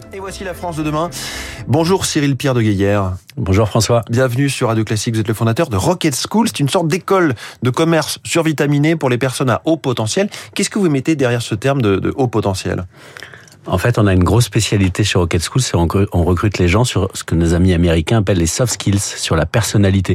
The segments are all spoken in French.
Et voici la France de demain. Bonjour Cyril Pierre de Guéguerre. Bonjour François. Bienvenue sur Radio Classique, vous êtes le fondateur de Rocket School. C'est une sorte d'école de commerce survitaminée pour les personnes à haut potentiel. Qu'est-ce que vous mettez derrière ce terme de haut potentiel ? En fait, on a une grosse spécialité chez Rocket School, c'est on recrute les gens sur ce que nos amis américains appellent les soft skills, sur la personnalité.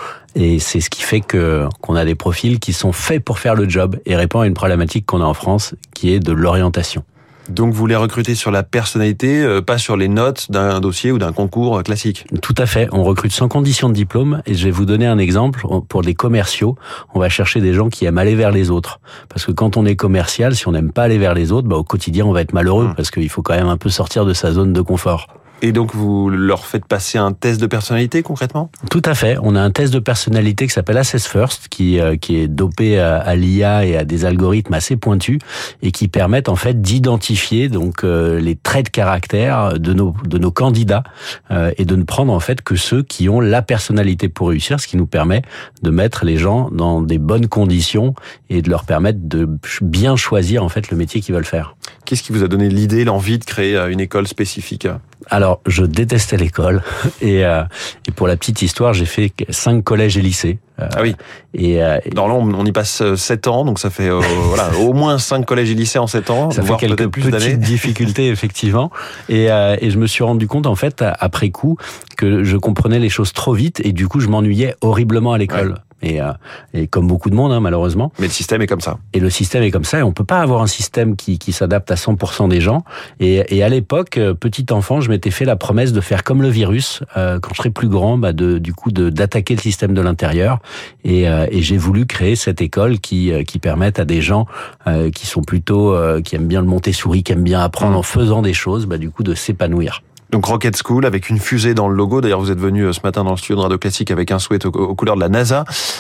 Et c'est ce qui fait qu'on a des profils qui sont faits pour faire le job et répondre à une problématique qu'on a en France, qui est de l'orientation. Donc vous les recrutez sur la personnalité, pas sur les notes d'un dossier ou d'un concours classique. Tout à fait, on recrute sans condition de diplôme, et je vais vous donner un exemple. Pour les commerciaux, on va chercher des gens qui aiment aller vers les autres. Parce que quand on est commercial, si on n'aime pas aller vers les autres, au quotidien on va être malheureux, parce qu'il faut quand même un peu sortir de sa zone de confort. Et donc vous leur faites passer un test de personnalité concrètement ? Tout à fait. On a un test de personnalité qui s'appelle Assess First, qui est dopé à l'IA et à des algorithmes assez pointus et qui permettent en fait d'identifier donc les traits de caractère de nos candidats et de ne prendre en fait que ceux qui ont la personnalité pour réussir, ce qui nous permet de mettre les gens dans des bonnes conditions et de leur permettre de bien choisir en fait le métier qu'ils veulent faire. Qu'est-ce qui vous a donné l'idée, l'envie de créer une école spécifique ? Alors, je détestais l'école et pour la petite histoire, j'ai fait 5 collèges et lycées. Ah oui. Normalement, on y passe 7 ans, donc ça fait au moins 5 collèges et lycées en 7 ans. Ça fait quelques petites difficultés, effectivement. Et je me suis rendu compte, en fait, après coup, que je comprenais les choses trop vite et du coup, je m'ennuyais horriblement à l'école. Ouais. Et comme beaucoup de monde, malheureusement. Mais le système est comme ça. Et le système est comme ça, et on peut pas avoir un système qui s'adapte à 100% des gens. Et à l'époque, petit enfant, je m'étais fait la promesse de faire comme le virus, quand je serais plus grand, d'attaquer le système de l'intérieur. Et j'ai voulu créer cette école qui permette à des gens qui sont plutôt qui aiment bien le Montessori, qui aiment bien apprendre en faisant des choses, de s'épanouir. Donc Rocket School avec une fusée dans le logo. D'ailleurs, vous êtes venu ce matin dans le studio de Radio Classique avec un sweat aux couleurs de la NASA.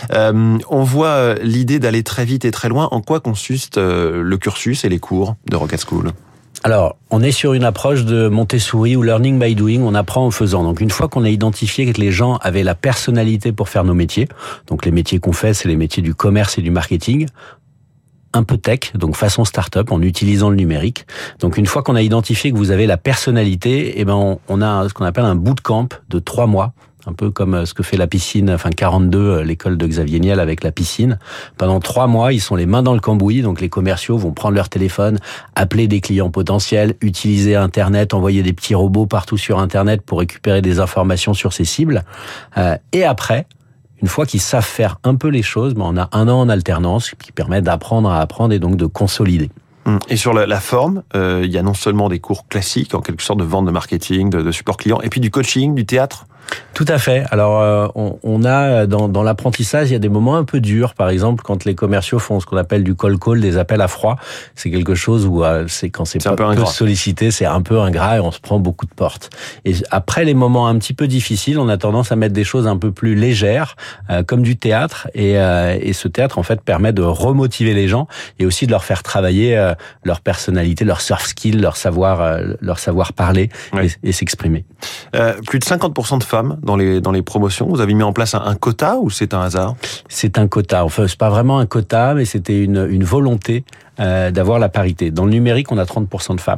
On voit l'idée d'aller très vite et très loin. En quoi consiste le cursus et les cours de Rocket School ? Alors, on est sur une approche de Montessori ou learning by doing, on apprend en faisant. Donc une fois qu'on a identifié que les gens avaient la personnalité pour faire nos métiers, donc les métiers qu'on fait, c'est les métiers du commerce et du marketing, un peu tech, donc façon start-up, en utilisant le numérique. Donc une fois qu'on a identifié que vous avez la personnalité, on a ce qu'on appelle un bootcamp de 3 mois, un peu comme ce que fait la piscine, 42, l'école de Xavier Niel avec la piscine. Pendant 3 mois, ils sont les mains dans le cambouis, donc les commerciaux vont prendre leur téléphone, appeler des clients potentiels, utiliser Internet, envoyer des petits robots partout sur Internet pour récupérer des informations sur ces cibles. Et après, une fois qu'ils savent faire un peu les choses, on a 1 an en alternance qui permet d'apprendre à apprendre et donc de consolider. Et sur la forme, il y a non seulement des cours classiques, en quelque sorte de vente de marketing, de support client, et puis du coaching, du théâtre. Tout à fait. Alors, on a dans l'apprentissage, il y a des moments un peu durs. Par exemple, quand les commerciaux font ce qu'on appelle du cold call, des appels à froid, c'est quelque chose où c'est quand c'est pas peu sollicité, c'est un peu ingrat et on se prend beaucoup de portes. Et après les moments un petit peu difficiles, on a tendance à mettre des choses un peu plus légères, comme du théâtre. Et ce théâtre, en fait, permet de remotiver les gens et aussi de leur faire travailler leur personnalité, leur soft skill, leur savoir parler et s'exprimer. Plus de 50% de femmes dans les promotions. Vous avez mis en place un quota ou c'est un hasard ? C'est un quota. Enfin, c'est pas vraiment un quota, mais c'était une volonté d'avoir la parité. Dans le numérique, on a 30% de femmes.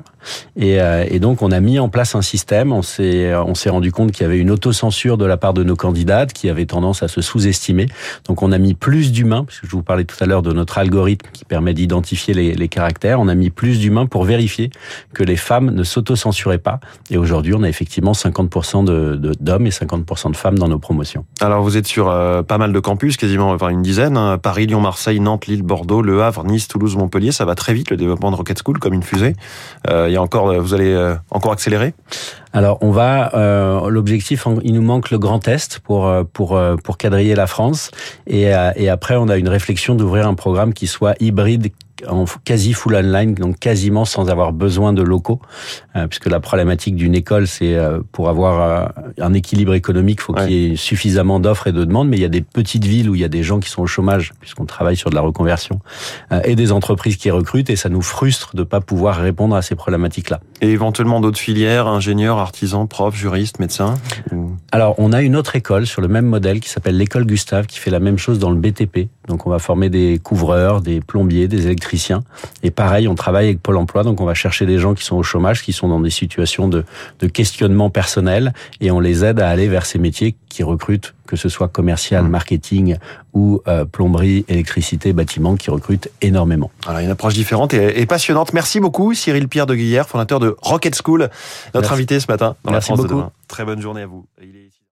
Et donc, on a mis en place un système. On s'est rendu compte qu'il y avait une autocensure de la part de nos candidates qui avaient tendance à se sous-estimer. Donc, on a mis plus d'humains, parce que je vous parlais tout à l'heure de notre algorithme qui permet d'identifier les caractères. On a mis plus d'humains pour vérifier que les femmes ne s'autocensuraient pas. Et aujourd'hui, on a effectivement 50% d'hommes et 50% de femmes dans nos promotions. Alors, vous êtes sur pas mal de campus, quasiment une dizaine. Paris, Lyon, Marseille, Nantes, Lille, Bordeaux, Le Havre, Nice, Toulouse, Montpellier. Ça va très vite, le développement de Rocket School, comme une fusée. Vous allez encore accélérer ? Alors, l'objectif, il nous manque le Grand Est pour quadriller la France. Et après, on a une réflexion d'ouvrir un programme qui soit hybride, en quasi full online, donc quasiment sans avoir besoin de locaux, puisque la problématique d'une école, c'est pour avoir un équilibre économique, il faut qu'il y ait suffisamment d'offres et de demandes, mais il y a des petites villes où il y a des gens qui sont au chômage, puisqu'on travaille sur de la reconversion, et des entreprises qui recrutent, et ça nous frustre de ne pas pouvoir répondre à ces problématiques-là. Et éventuellement d'autres filières, ingénieurs, artisans, profs, juristes, médecins ? Alors, on a une autre école sur le même modèle qui s'appelle l'école Gustave, qui fait la même chose dans le BTP, Donc on va former des couvreurs, des plombiers, des électriciens. Et pareil, on travaille avec Pôle emploi, donc on va chercher des gens qui sont au chômage, qui sont dans des situations de questionnement personnel, et on les aide à aller vers ces métiers qui recrutent, que ce soit commercial, marketing ou plomberie, électricité, bâtiment, qui recrutent énormément. Alors une approche différente et passionnante. Merci beaucoup Cyril Pierre de Guillière, fondateur de Rocket School, notre invité ce matin dans La France de demain. Très bonne journée à vous.